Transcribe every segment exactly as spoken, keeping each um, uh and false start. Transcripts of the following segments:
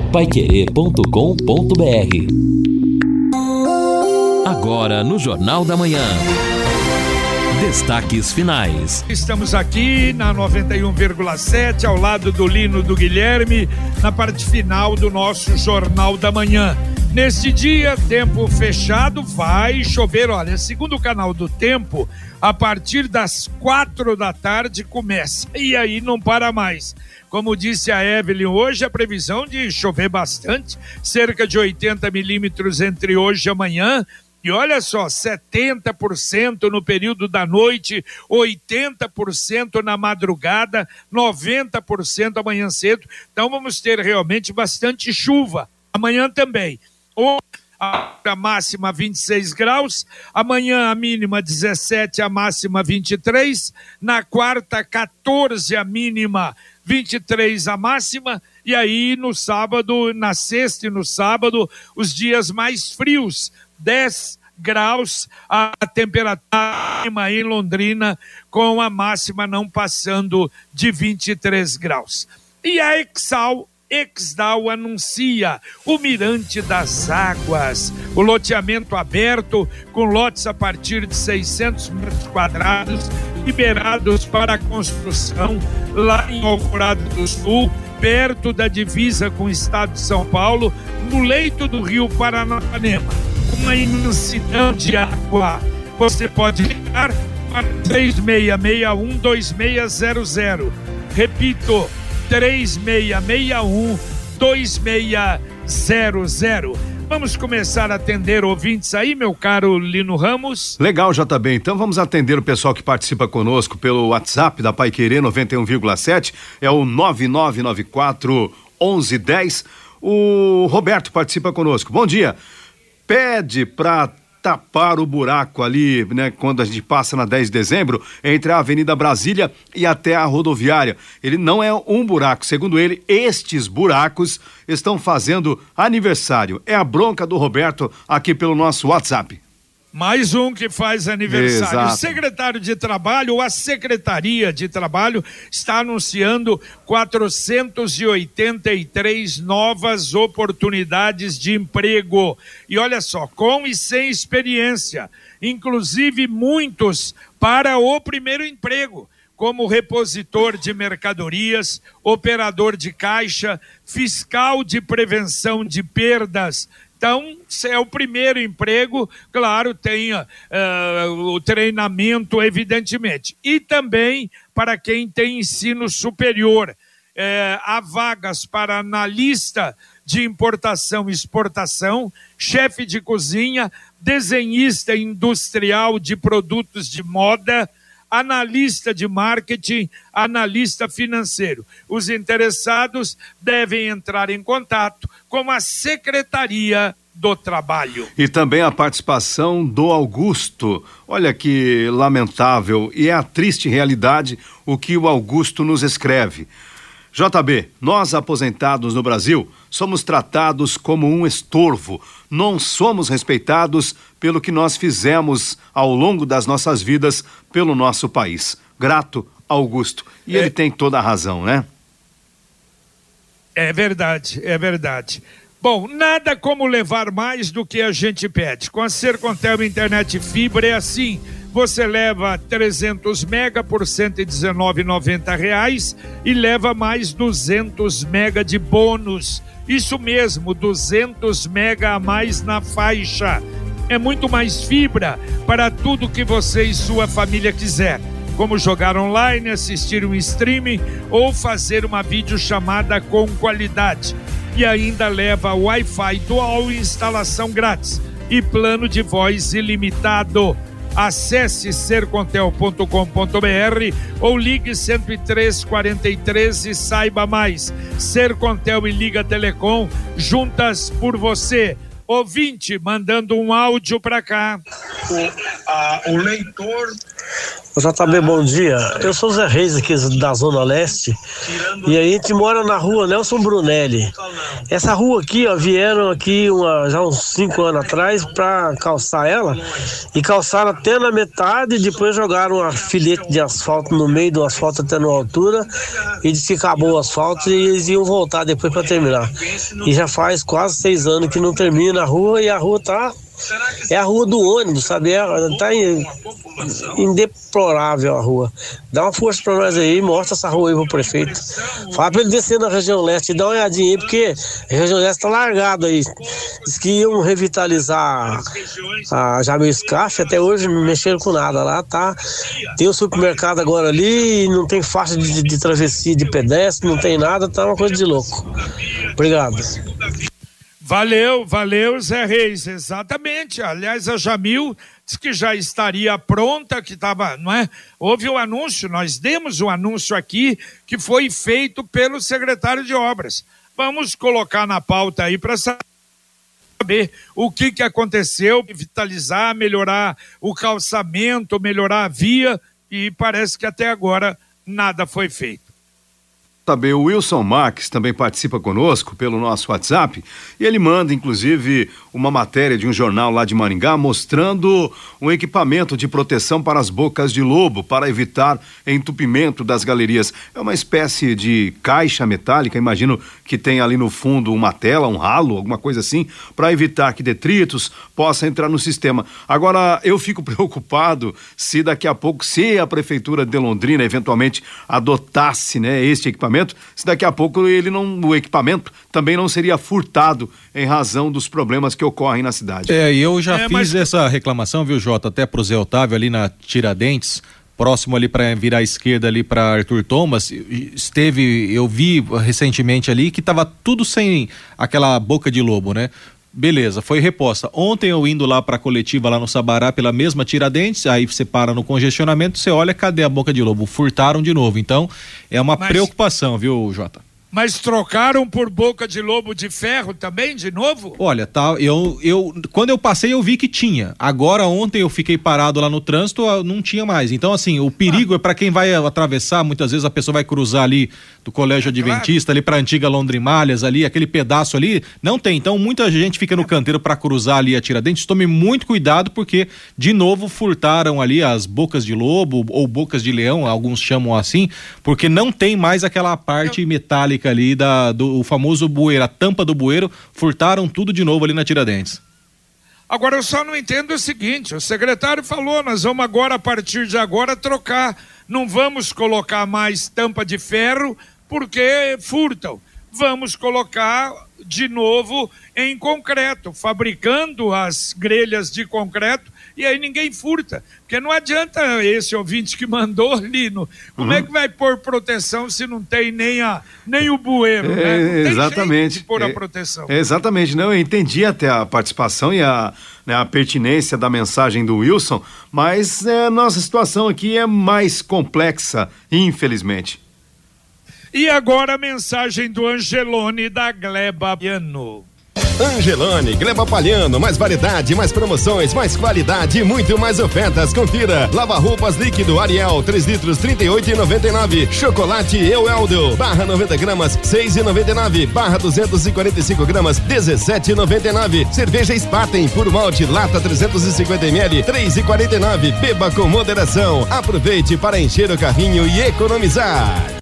pai querer ponto com ponto b r. Agora no Jornal da Manhã. Destaques finais. Estamos aqui na noventa e um vírgula sete, ao lado do Lino, do Guilherme, na parte final do nosso Jornal da Manhã. Neste dia, tempo fechado, vai chover. Olha, segundo o canal do Tempo, a partir das quatro da tarde começa, e aí não para mais. Como disse a Evelyn, hoje a previsão de chover bastante, cerca de oitenta milímetros entre hoje e amanhã. E olha só, setenta por cento no período da noite, oitenta por cento na madrugada, noventa por cento amanhã cedo. Então vamos ter realmente bastante chuva. Amanhã também. Hoje a máxima vinte e seis graus, amanhã a mínima dezessete, a máxima vinte e três, na quarta quatorze a mínima, vinte e três a máxima, e aí no sábado, na sexta e no sábado, os dias mais frios, dez graus a temperatura em Londrina, com a máxima não passando de vinte e três graus. E a Exal, Exdal anuncia o Mirante das Águas, o loteamento aberto com lotes a partir de seiscentos metros quadrados, liberados para construção lá em Alvorada do Sul, perto da divisa com o estado de São Paulo, no leito do rio Paranapanema. Uma imensidão de água. Você pode ligar para três seis seis um, dois seis zero zero. Repito, três seis seis um, dois seis zero zero. Vamos começar a atender ouvintes aí, meu caro Lino Ramos. Legal, J B. Então vamos atender o pessoal que participa conosco pelo WhatsApp da Pai Querer noventa e um vírgula sete, é o nove nove nove quatro, onze, dez. O Roberto participa conosco. Bom dia. Pede para tapar o buraco ali, né, quando a gente passa na dez de dezembro, entre a Avenida Brasília e até a rodoviária. Ele não é um buraco, segundo ele, estes buracos estão fazendo aniversário. É a bronca do Roberto aqui pelo nosso WhatsApp. Mais um que faz aniversário. Exato. O secretário de Trabalho, ou a Secretaria de Trabalho, está anunciando quatrocentas e oitenta e três novas oportunidades de emprego. E olha só, com e sem experiência, inclusive muitos para o primeiro emprego, como repositor de mercadorias, operador de caixa, fiscal de prevenção de perdas. Então, é o primeiro emprego, claro, tem uh, o treinamento, evidentemente. E também para quem tem ensino superior. Uh, há vagas para analista de importação e exportação, chefe de cozinha, desenhista industrial de produtos de moda, analista de marketing, analista financeiro. Os interessados devem entrar em contato com a Secretaria do Trabalho. E também a participação do Augusto. Olha que lamentável, e é a triste realidade o que o Augusto nos escreve. J B, nós aposentados no Brasil somos tratados como um estorvo, não somos respeitados pelo que nós fizemos ao longo das nossas vidas pelo nosso país. Grato, Augusto. E é, ele tem toda a razão, né? É verdade, é verdade. Bom, nada como levar mais do que a gente pede. Com a Sercontel Internet Fibra é assim. Você leva trezentos mega por cento e dezenove reais e noventa centavos e leva mais duzentos mega de bônus. Isso mesmo, duzentos mega a mais na faixa. É muito mais fibra para tudo que você e sua família quiser, como jogar online, assistir um streaming ou fazer uma videochamada com qualidade. E ainda leva Wi-Fi dual, instalação grátis e plano de voz ilimitado. Acesse sercontel ponto com ponto b r ou ligue cento e três, quarenta e três e saiba mais. Sercontel e Liga Telecom, juntas por você. Ouvinte mandando um áudio para cá. O, a, o leitor J B, bom dia. Eu sou o Zé Reis aqui da Zona Leste e a gente mora na rua Nelson Brunelli. Essa rua aqui, ó, vieram aqui uma, já uns cinco anos atrás para calçar ela e calçaram até na metade e depois jogaram um filete de asfalto no meio do asfalto até na altura e disse que acabou o asfalto e eles iam voltar depois para terminar. E já faz quase seis anos que não termina a rua e a rua tá... É a rua do ônibus, sabe? É, tá indeplorável a rua. Dá uma força pra nós aí, mostra essa rua aí pro prefeito. Fala pra ele descer na região leste e dá uma olhadinha aí, porque a região leste tá largada aí. Diz que iam revitalizar a Jamil Scaff, até hoje não mexeram com nada lá, tá? Tem o supermercado agora ali, não tem faixa de, de, de travessia de pedestre, não tem nada, tá uma coisa de louco. Obrigado. Valeu, valeu, Zé Reis, exatamente. Aliás, a Jamil disse que já estaria pronta, que estava, não é? Houve o anúncio, nós demos o anúncio aqui, que foi feito pelo secretário de Obras. Vamos colocar na pauta aí para saber o que, que aconteceu, vitalizar, melhorar o calçamento, melhorar a via, e parece que até agora nada foi feito. Também o Wilson Marques também participa conosco pelo nosso WhatsApp e ele manda inclusive uma matéria de um jornal lá de Maringá mostrando um equipamento de proteção para as bocas de lobo para evitar entupimento das galerias. É uma espécie de caixa metálica, imagino que tem ali no fundo uma tela, um ralo, alguma coisa assim, para evitar que detritos possam entrar no sistema. Agora, eu fico preocupado se daqui a pouco, se a Prefeitura de Londrina eventualmente adotasse, né, este equipamento, se daqui a pouco ele não, o equipamento também não seria furtado em razão dos problemas que ocorrem na cidade. É, e eu já é, fiz mas... essa reclamação, viu, Jota, até pro Zé Otávio ali na Tiradentes, próximo ali para virar à esquerda ali para Arthur Thomas, esteve, eu vi recentemente ali que tava tudo sem aquela boca de lobo, né? Beleza, foi reposta. Ontem eu indo lá pra coletiva lá no Sabará pela mesma Tiradentes, aí você para no congestionamento, você olha, cadê a boca de lobo? Furtaram de novo, então é uma Mas... preocupação, viu, Jota? Mas trocaram por boca de lobo de ferro também, de novo? Olha, tá, eu, eu, quando eu passei eu vi que tinha. Agora ontem eu fiquei parado lá no trânsito, não tinha mais. Então assim, o perigo ah. é para quem vai atravessar, muitas vezes a pessoa vai cruzar ali do Colégio é, Adventista, claro. ali pra antiga Londrimalhas ali, aquele pedaço ali, não tem. Então muita gente fica no canteiro para cruzar ali a Tiradentes. Tome muito cuidado porque de novo furtaram ali as bocas de lobo ou bocas de leão, alguns chamam assim, porque não tem mais aquela parte eu... metálica ali da, do famoso bueiro, a tampa do bueiro, furtaram tudo de novo ali na Tiradentes. Agora eu só não entendo o seguinte, o secretário falou, nós vamos agora, a partir de agora, trocar, não vamos colocar mais tampa de ferro porque furtam, vamos colocar de novo em concreto, fabricando as grelhas de concreto e aí ninguém furta, porque não adianta esse ouvinte que mandou, Lino, como uhum. é que vai pôr proteção se não tem nem, a, nem o bueiro, é, né? Não tem exatamente. jeito de pôr é, a proteção. É, exatamente, não, eu entendi até a participação e a, né, a pertinência da mensagem do Wilson, mas é, nossa situação aqui é mais complexa, infelizmente. E agora a mensagem do Angelone da Gleba Piano. Angelone, Gleba Palhano, mais variedade, mais promoções, mais qualidade e muito mais ofertas. Confira. Lava roupas líquido Ariel, três litros, trinta e oito reais e noventa e nove. Chocolate Eueldo, barra noventa gramas, seis reais e noventa e nove. Barra duzentos e quarenta e cinco gramas, dezessete reais e noventa e nove. Cerveja Spaten, puro malte, lata trezentos e cinquenta mililitros, três reais e quarenta e nove. Beba com moderação. Aproveite para encher o carrinho e economizar.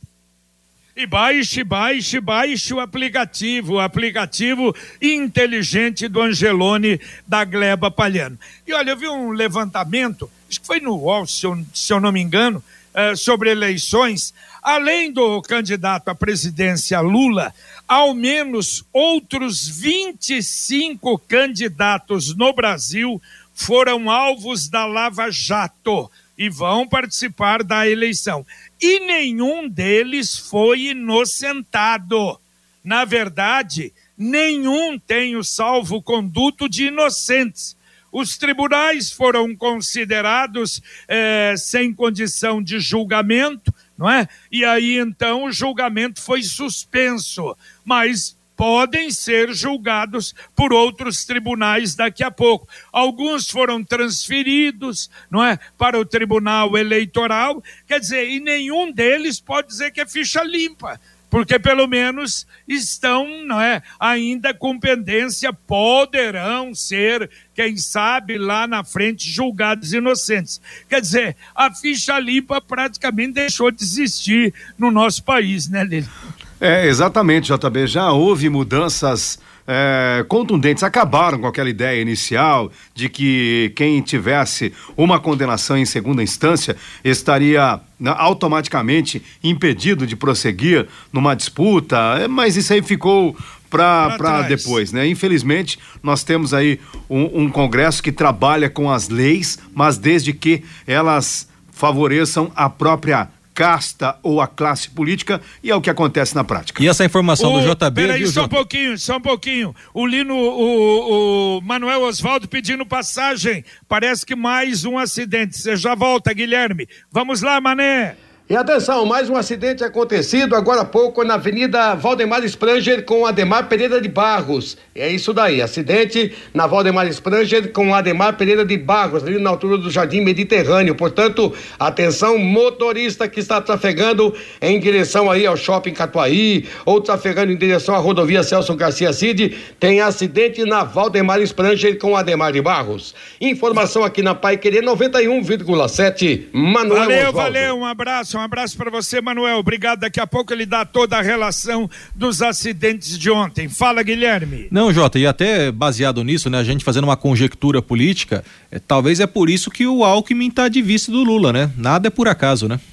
E baixe, baixe, baixe o aplicativo, o aplicativo inteligente do Angelone da Gleba Palhano. E olha, eu vi um levantamento, acho que foi no U O L, se eu, se eu não me engano, uh, sobre eleições. Além do candidato à presidência Lula, ao menos outros vinte e cinco candidatos no Brasil foram alvos da Lava Jato e vão participar da eleição. E nenhum deles foi inocentado. Na verdade, nenhum tem o salvo-conduto de inocentes. Os tribunais foram considerados eh, sem condição de julgamento, não é? E aí, então, o julgamento foi suspenso. Mas podem ser julgados por outros tribunais daqui a pouco. Alguns foram transferidos, não é, para o Tribunal Eleitoral, quer dizer, e nenhum deles pode dizer que é ficha limpa, porque pelo menos estão, não é, ainda com pendência, poderão ser, quem sabe, lá na frente julgados inocentes. Quer dizer, a ficha limpa praticamente deixou de existir no nosso país, né, Lili? É, exatamente, J B, já houve mudanças é, contundentes, acabaram com aquela ideia inicial de que quem tivesse uma condenação em segunda instância estaria automaticamente impedido de prosseguir numa disputa, mas isso aí ficou para depois, né? Infelizmente, nós temos aí um, um Congresso que trabalha com as leis, mas desde que elas favoreçam a própria casta ou a classe política, e é o que acontece na prática. E essa informação o, do J B... Peraí, viu, só J... um pouquinho, só um pouquinho. O Lino, o, o Manuel Osvaldo pedindo passagem. Parece que mais um acidente. Você já volta, Guilherme. Vamos lá, Mané. E atenção, mais um acidente acontecido agora há pouco na Avenida Valdemar Spranger com Ademar Pereira de Barros. É isso daí, acidente na Valdemar Spranger com Ademar Pereira de Barros, ali na altura do Jardim Mediterrâneo. Portanto, atenção, motorista que está trafegando em direção aí ao Shopping Catuaí ou trafegando em direção à rodovia Celso Garcia Cid, tem acidente na Valdemar Spranger com Ademar de Barros. Informação aqui na Paiquerê noventa e um vírgula sete, Manuel Valeu, Osvaldo. valeu, um abraço. Um abraço para você, Manuel. Obrigado. Daqui a pouco ele dá toda a relação dos acidentes de ontem. Fala, Guilherme. Não, Jota, e até baseado nisso, né, a gente fazendo uma conjectura política, é, talvez é por isso que o Alckmin tá de vice do Lula, né? Nada é por acaso, né?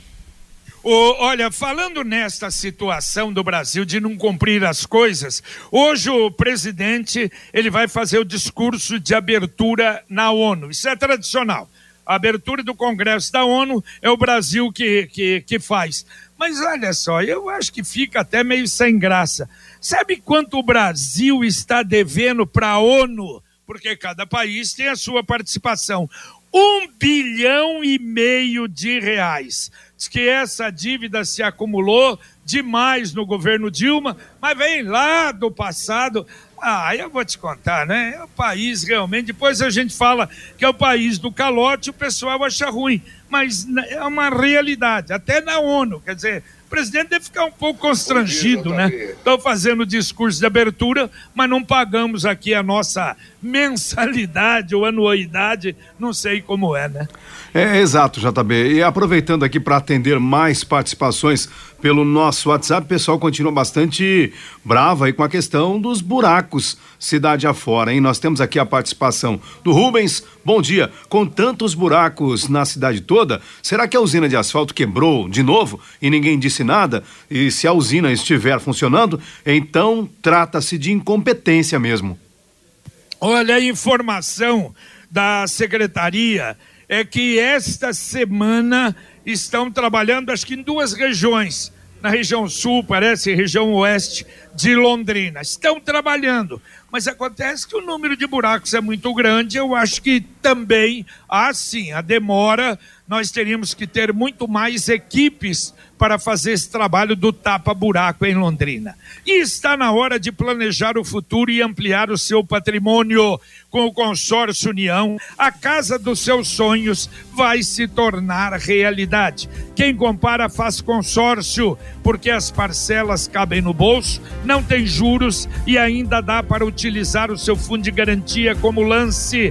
Oh, olha, falando nesta situação do Brasil de não cumprir as coisas, hoje o presidente, ele vai fazer o discurso de abertura na ONU. Isso é tradicional. A abertura do Congresso da ONU é o Brasil que, que, que faz. Mas olha só, eu acho que fica até meio sem graça. Sabe quanto o Brasil está devendo para a ONU? Porque cada país tem a sua participação. Um bilhão e meio de reais. Diz que essa dívida se acumulou demais no governo Dilma, mas vem lá do passado. Ah, eu vou te contar, né? É o país realmente, depois a gente fala que é o país do calote, o pessoal acha ruim, mas é uma realidade, até na ONU, quer dizer, o presidente deve ficar um pouco constrangido, né? Estão fazendo discurso de abertura, mas não pagamos aqui a nossa mensalidade ou anuidade, não sei como é, né? É, exato, J B. E aproveitando aqui para atender mais participações pelo nosso WhatsApp, o pessoal continua bastante bravo aí com a questão dos buracos cidade afora, hein? Nós temos aqui a participação do Rubens. Bom dia. Com tantos buracos na cidade toda, será que a usina de asfalto quebrou de novo e ninguém disse nada? E se a usina estiver funcionando, então trata-se de incompetência mesmo. Olha, a informação da secretaria é que esta semana estão trabalhando, acho que em duas regiões, na região sul, parece, região oeste de Londrina. Estão trabalhando, mas acontece que o número de buracos é muito grande. Eu acho que também, assim, a demora, nós teríamos que ter muito mais equipes para fazer esse trabalho do tapa-buraco em Londrina. E está na hora de planejar o futuro e ampliar o seu patrimônio. Com o Consórcio União, a casa dos seus sonhos vai se tornar realidade. Quem compara faz consórcio, porque as parcelas cabem no bolso, não tem juros e ainda dá para utilizar o seu fundo de garantia como lance.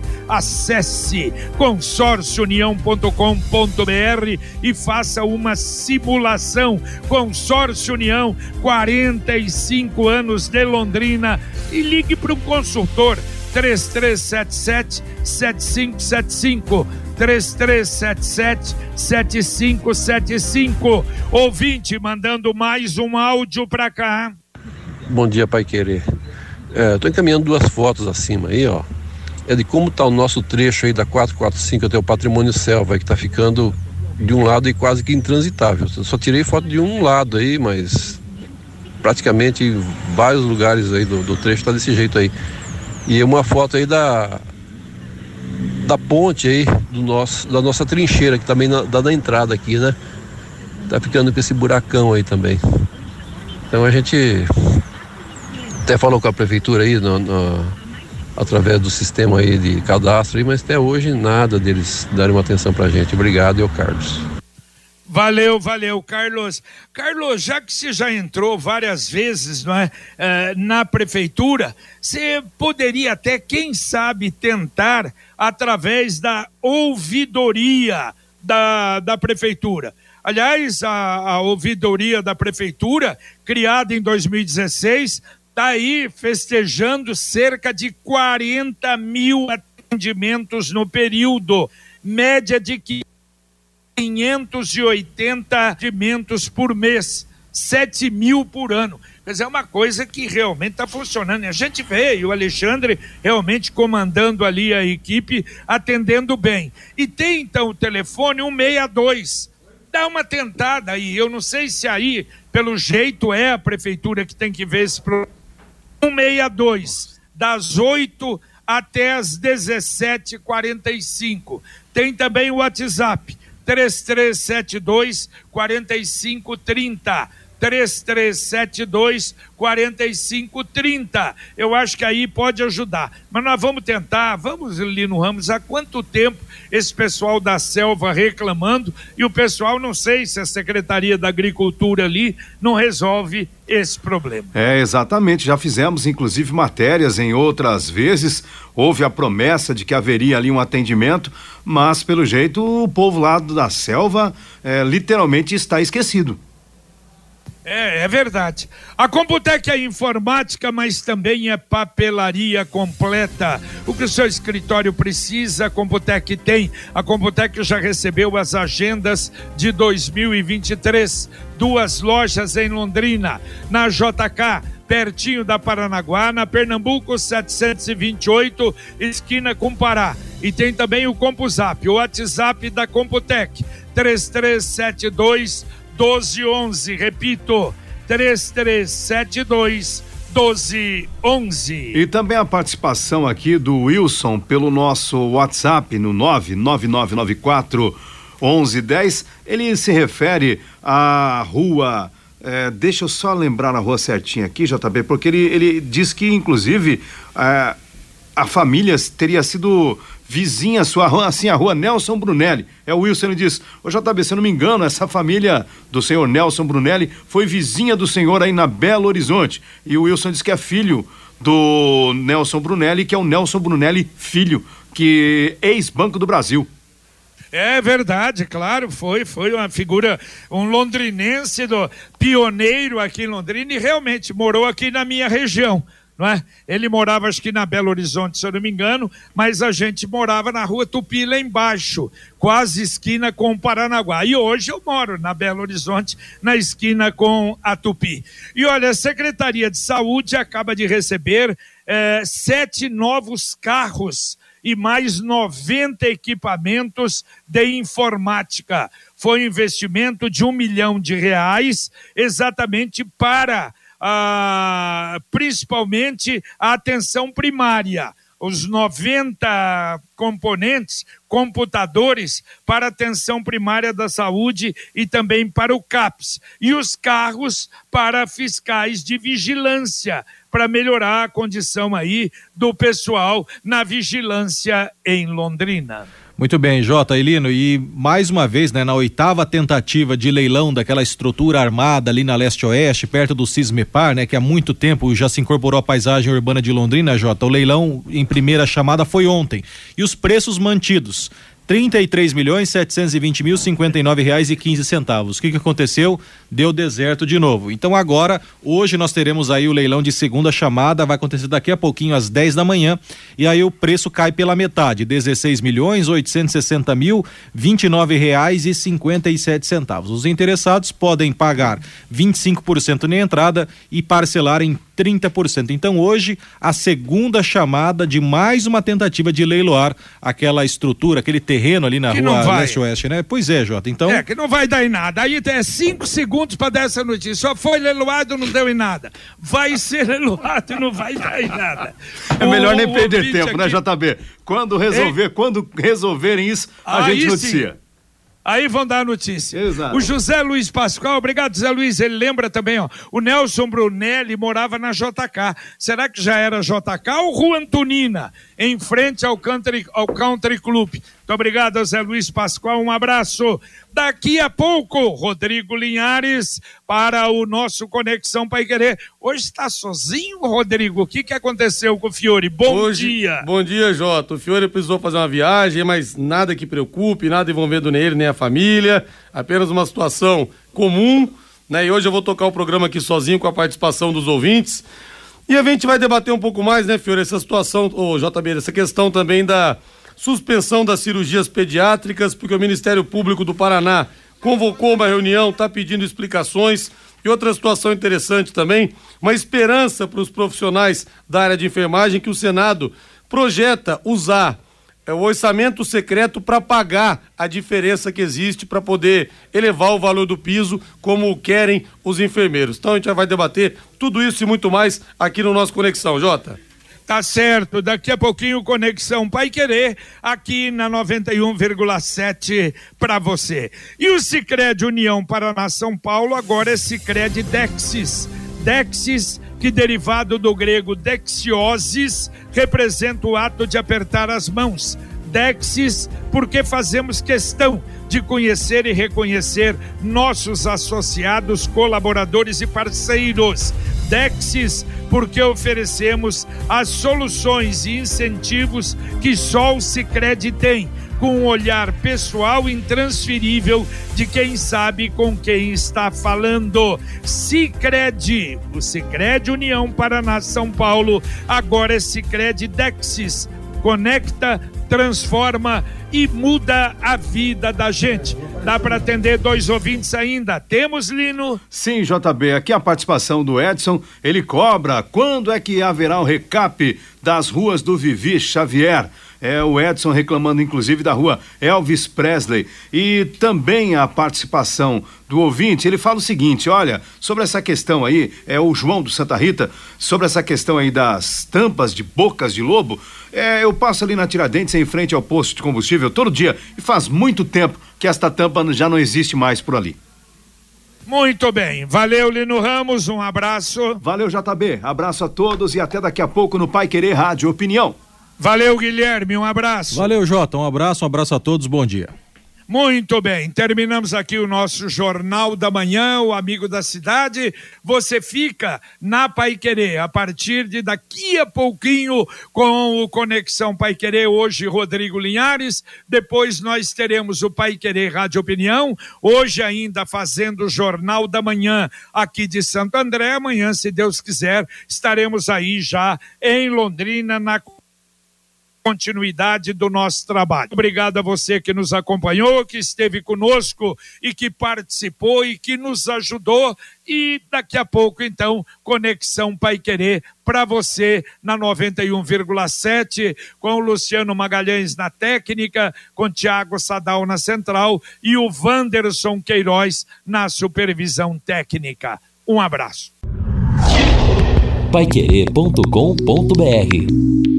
Acesse consórcio união ponto com ponto br e faça uma simulação. Consórcio União, quarenta e cinco anos de Londrina, e ligue para um consultor três três sete sete, sete cinco sete cinco, três três sete sete, sete cinco sete cinco. Ouvinte mandando mais um áudio para cá. Bom dia, Pai Querer. Estou é, encaminhando duas fotos acima aí, ó. É de como está o nosso trecho aí da quatrocentos e quarenta e cinco até o Patrimônio Selva, que está ficando de um lado e quase que intransitável. Eu só tirei foto de um lado aí, mas praticamente vários lugares aí do, do trecho está desse jeito aí. E uma foto aí da da ponte aí do nosso, da nossa trincheira, que também na, dá na entrada aqui, né? Tá ficando com esse buracão aí também. Então a gente até falou com a prefeitura aí, no, no, através do sistema aí de cadastro, aí, mas até hoje nada deles darem uma atenção pra gente. Obrigado, eu, Carlos. Valeu, valeu, Carlos. Carlos, já que você já entrou várias vezes, não é, eh, na prefeitura, você poderia até, quem sabe, tentar através da ouvidoria da, da prefeitura. Aliás, a, a ouvidoria da prefeitura, criada em dois mil e dezesseis, está aí festejando cerca de quarenta mil atendimentos no período, média de quinhentos e oitenta atendimentos por mês, sete mil por ano. Quer dizer, é uma coisa que realmente está funcionando. A gente vê e o Alexandre realmente comandando ali a equipe, atendendo bem. E tem então o telefone um seis dois. Dá uma tentada aí. Eu não sei se aí, pelo jeito, é a prefeitura que tem que ver esse problema. um seis dois, das oito até as dezessete e quarenta e cinco. Tem também o WhatsApp. três três sete dois, quatro cinco três zero, três três sete dois, quatro cinco três zero. Eu acho que aí pode ajudar. Mas nós vamos tentar, vamos, Lino Ramos, há quanto tempo esse pessoal da selva reclamando e o pessoal, não sei se a Secretaria da Agricultura ali não resolve esse problema. É, exatamente, já fizemos inclusive matérias em outras vezes, houve a promessa de que haveria ali um atendimento, mas pelo jeito o povo lá da selva é, literalmente está esquecido. É, é verdade. A Computec é informática, mas também é papelaria completa. O que o seu escritório precisa, a Computec tem. A Computec já recebeu as agendas de dois mil e vinte e três. Duas lojas em Londrina, na J K, pertinho da Paranaguá, na Pernambuco setecentos e vinte e oito, esquina com Pará. E tem também o CompuZap, o WhatsApp da Computec, três três sete dois, doze onze, repito, três três sete dois, doze onze. E também a participação aqui do Wilson pelo nosso WhatsApp no nove nove nove nove quatro onze dez. Ele se refere à rua, é, deixa eu só lembrar a rua certinha aqui, J B, porque ele, ele diz que inclusive é, a família teria sido vizinha sua rua, assim, a rua Nelson Brunelli. É o Wilson, ele diz, ô J B, se eu não me engano, essa família do senhor Nelson Brunelli foi vizinha do senhor aí na Belo Horizonte. E o Wilson diz que é filho do Nelson Brunelli, que é o Nelson Brunelli filho, que é ex-Banco do Brasil. É verdade, claro, foi, foi uma figura, um londrinense, do, pioneiro aqui em Londrina e realmente morou aqui na minha região. Não é? Ele morava acho que na Belo Horizonte, se eu não me engano, mas a gente morava na rua Tupi lá embaixo, quase esquina com o Paranaguá. E hoje eu moro na Belo Horizonte, na esquina com a Tupi. E olha, a Secretaria de Saúde acaba de receber eh, sete novos carros e mais noventa equipamentos de informática. Foi um investimento de um milhão de reais, exatamente para Ah, principalmente a atenção primária, os noventa componentes, computadores para a atenção primária da saúde e também para o CAPS, e os carros para fiscais de vigilância, para melhorar a condição aí do pessoal na vigilância em Londrina. Muito bem, Jota, Elino, e mais uma vez, né, na oitava tentativa de leilão daquela estrutura armada ali na leste-oeste, perto do Cismepar, né, que há muito tempo já se incorporou à paisagem urbana de Londrina, Jota, o leilão em primeira chamada foi ontem, e os preços mantidos, trinta e três milhões setecentos e vinte mil cinquenta e nove reais e quinze centavos. O que que aconteceu? Deu deserto de novo. Então agora, hoje nós teremos aí o leilão de segunda chamada, vai acontecer daqui a pouquinho às dez da manhã, e aí o preço cai pela metade, dezesseis milhões oitocentos e sessenta mil vinte e nove reais e cinquenta e sete centavos. Os interessados podem pagar vinte e cinco por cento na entrada e parcelar em trinta por cento. Então hoje a segunda chamada de mais uma tentativa de leiloar aquela estrutura, aquele terreno ali na que rua leste-oeste, né? Pois é, Jota, então... É, que não vai dar em nada. Aí tem cinco segundos para dar essa notícia. Só foi leiloado, não deu em nada. Vai ser leiloado e não vai dar em nada. É melhor nem o, perder o tempo, aqui... né, J B? Quando resolver, Ei? quando resolverem isso, a Aí gente noticia. Sim. Aí vão dar a notícia. Exato. O José Luiz Pascoal, obrigado José Luiz, ele lembra também, ó, o Nelson Brunelli morava na J K. Será que já era J K ou Rua Antonina, em frente ao Country, ao Country Club? Muito obrigado, José Luiz Pascoal, um abraço. Daqui a pouco, Rodrigo Linhares para o nosso Conexão Paiquerê. Hoje está sozinho, Rodrigo? O que, que aconteceu com o Fiore? Bom Hoje, dia. Bom dia, Jota. O Fiore precisou fazer uma viagem, mas nada que preocupe, nada envolvendo nem ele nem a família, apenas uma situação comum, né? E hoje eu vou tocar o programa aqui sozinho com a participação dos ouvintes. E a gente vai debater um pouco mais, né, Fiore, essa situação, ô J B, essa questão também da suspensão das cirurgias pediátricas, porque o Ministério Público do Paraná convocou uma reunião, está pedindo explicações. E outra situação interessante também, uma esperança para os profissionais da área de enfermagem, que o Senado projeta usar é, o orçamento secreto para pagar a diferença que existe para poder elevar o valor do piso, como querem os enfermeiros. Então a gente já vai debater tudo isso e muito mais aqui no nosso Conexão, Jota. Tá certo, daqui a pouquinho Conexão Paiquerê, aqui na noventa e um vírgula sete para você. E o Sicredi União Paraná São Paulo agora é Sicredi Dexis. Dexis, que derivado do grego dexiosis, representa o ato de apertar as mãos. Dexis, porque fazemos questão de conhecer e reconhecer nossos associados, colaboradores e parceiros. Dexis, porque oferecemos as soluções e incentivos que só o Sicredi tem, com um olhar pessoal intransferível de quem sabe com quem está falando. Sicredi, o Sicredi União Paraná São Paulo, agora é Sicredi Dexis. Conecta, transforma e muda a vida da gente. Dá para atender dois ouvintes ainda? Temos, Lino? Sim, J B, aqui a participação do Edson, ele cobra quando é que haverá o recap das ruas do Vivi Xavier. É o Edson reclamando inclusive da rua Elvis Presley. E também a participação do ouvinte, ele fala o seguinte, olha, sobre essa questão aí, é o João do Santa Rita, sobre essa questão aí das tampas de bocas de lobo, é, eu passo ali na Tiradentes em frente ao posto de combustível todo dia e faz muito tempo que esta tampa já não existe mais por ali. Muito bem, valeu Lino Ramos, um abraço. Valeu J B, abraço a todos e até daqui a pouco no Paiquerê Rádio Opinião. Valeu Guilherme, um abraço. Valeu Jota, um abraço, um abraço a todos, bom dia. Muito bem, terminamos aqui o nosso Jornal da Manhã, o Amigo da Cidade. Você fica na Paiquerê a partir de daqui a pouquinho com o Conexão Paiquerê, hoje Rodrigo Linhares. Depois nós teremos o Paiquerê Rádio Opinião, hoje ainda fazendo o Jornal da Manhã aqui de Santo André. Amanhã, se Deus quiser, estaremos aí já em Londrina na continuidade do nosso trabalho. Obrigado a você que nos acompanhou, que esteve conosco e que participou e que nos ajudou. E daqui a pouco, então, Conexão Paiquerê para você na noventa e um vírgula sete, com o Luciano Magalhães na técnica, com Tiago Sadal na central e o Wanderson Queiroz na supervisão técnica. Um abraço. paiquerê ponto com ponto br